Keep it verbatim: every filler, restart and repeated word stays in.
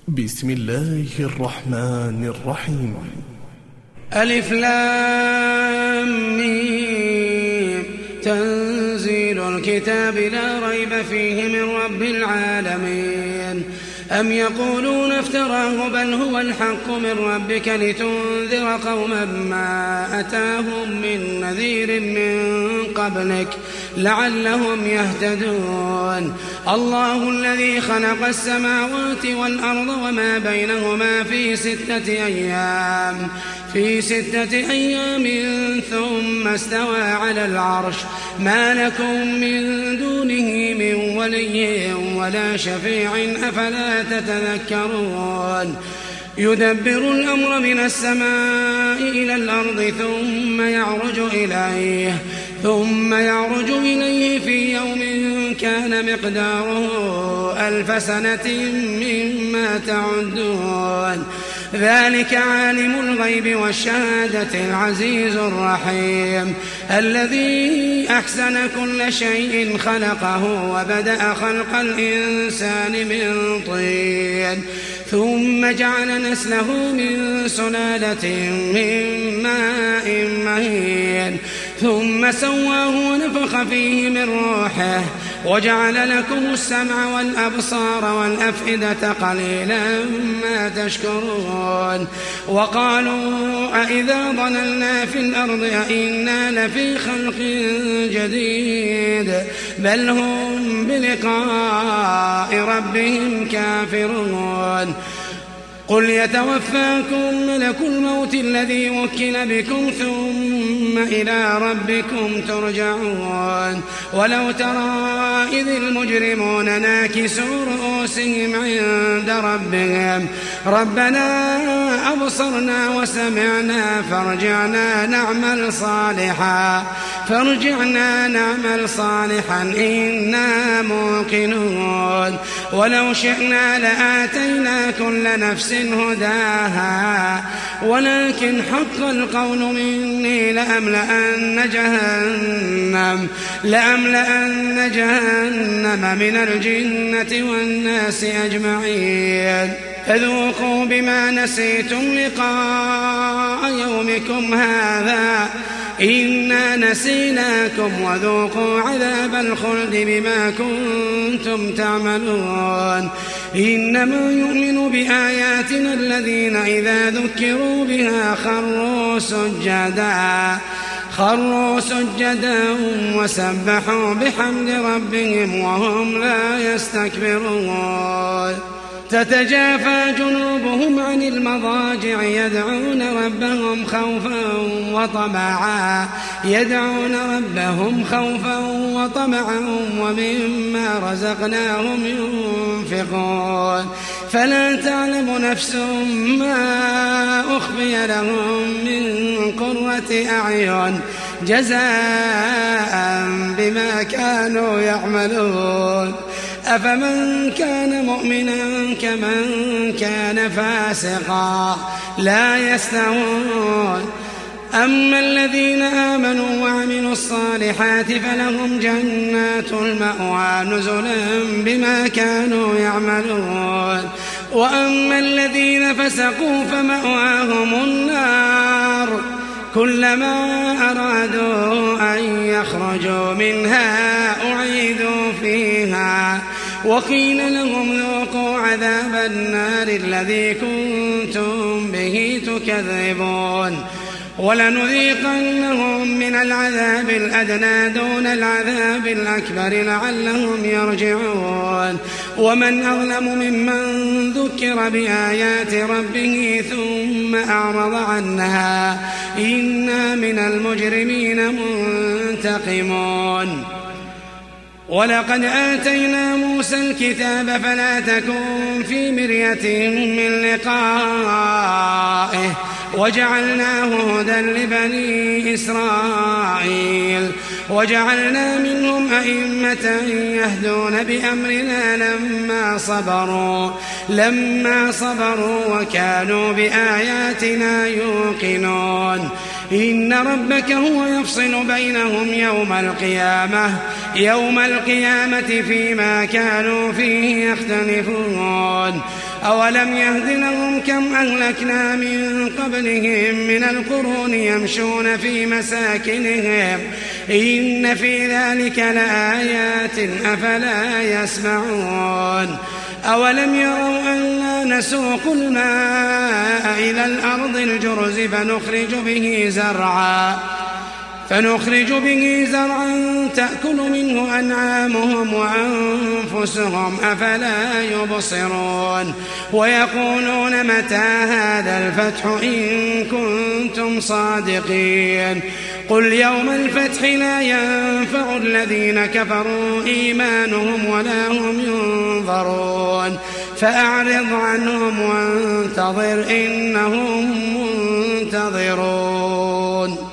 بسم الله الرحمن الرحيم. ألف لام ميم. تنزيل الكتاب لا ريب فيه من رب العالمين. أم يقولون افتراه بل هو الحق من ربك لتنذر قوما ما أتاهم من نذير من قبلك لعلهم يهتدون. الله الذي خلق السماوات والأرض وما بينهما في ستة أيام في ستة أيام ثم استوى على العرش ما لكم من دونه من ولي ولا شفيع أفلا تتذكرون. يدبر الأمر من السماء إلى الأرض ثم يعرج إليه ثم يعرج إليه في يوم كان مقداره ألف سنة مما تعدون. ذلك عالم الغيب والشهادة العزيز الرحيم الذي أحسن كل شيء خلقه وبدأ خلق الإنسان من طين ثم جعل نسله من سلالة من ماء مهين ثم سواه ونفخ فيه من روحه وجعل لكم السمع والأبصار والأفئدة قليلا ما تشكرون. وقالوا أئذا ضللنا في الأرض أئنا لفي خلق جديد بل هم بلقاء ربهم كافرون. قل يتوفاكم ملك الموت الذي وكل بكم ثم إلى ربكم ترجعون. ولو ترى إذ المجرمون ناكسوا رؤوسهم عند ربهم ربنا أبصرنا وسمعنا فارجعنا نعمل صالحا فارجعنا نعمل صالحا إنا موقنون. ولو شئنا لآتينا كل نفس هداها ولكن حق القول مني لأملأن جهنم لأملأن جهنم من الجنة والناس أجمعين. فذوقوا بما نسيتم لقاء يومكم هذا إنا نسيناكم وذوقوا عذاب الخلد بما كنتم تعملون. إنما يؤمن بآياتنا الذين إذا ذكروا بها خروا سجدا خروا سجدا وسبحوا بحمد ربهم وهم لا يستكبرون. تتجافى جنوبهم عن المضاجع يدعون ربهم خوفا وطمعا يدعون ربهم خوفا وطمعا ومما رزقناهم ينفقون. فلا تعلم نفس ما أخفي لهم من قرة أعين جزاء بما كانوا يعملون. أفمن كان مؤمنا كمن كان فاسقا لا يستوون. أما الذين آمنوا وعملوا الصالحات فلهم جنات المأوى نزلا بما كانوا يعملون. وأما الذين فسقوا فمأواهم النار كلما أرادوا أن يخرجوا منها أعيدوا فيها وقيل لهم ذوقوا عذاب النار الذي كنتم به تكذبون. ولنذيقنهم من العذاب الأدنى دون العذاب الأكبر لعلهم يرجعون. ومن أظلم ممن ذكر بآيات ربه ثم أعرض عنها إنا من المجرمين منتقمون. ولقد آتينا موسى الكتاب فلا تكن في مرية من لقائه وجعلناه هدى لبني إسرائيل وجعلنا منهم أئمة يهدون بأمرنا لما صبروا لما صبروا وكانوا بآياتنا يوقنون. إن ربك هو يفصل بينهم يوم القيامة يوم القيامة فيما كانوا فيه يختلفون. أولم يهد لهم كم أهلكنا من قبلهم من القرون يمشون في مساكنهم إن في ذلك لآيات أفلا يسمعون أولم يروا أنا نسوق الماء إلى الأرض الجرز فنخرج به زرعا فنخرج به زرعا تأكل منه أنعامهم وأنفسهم أفلا يبصرون ويقولون متى هذا الفتح إن كنتم صادقين قل يوم الفتح لا ينفع الذين كفروا إيمانهم ولا هم ينظرون فأعرض عنهم وانتظر إنهم منتظرون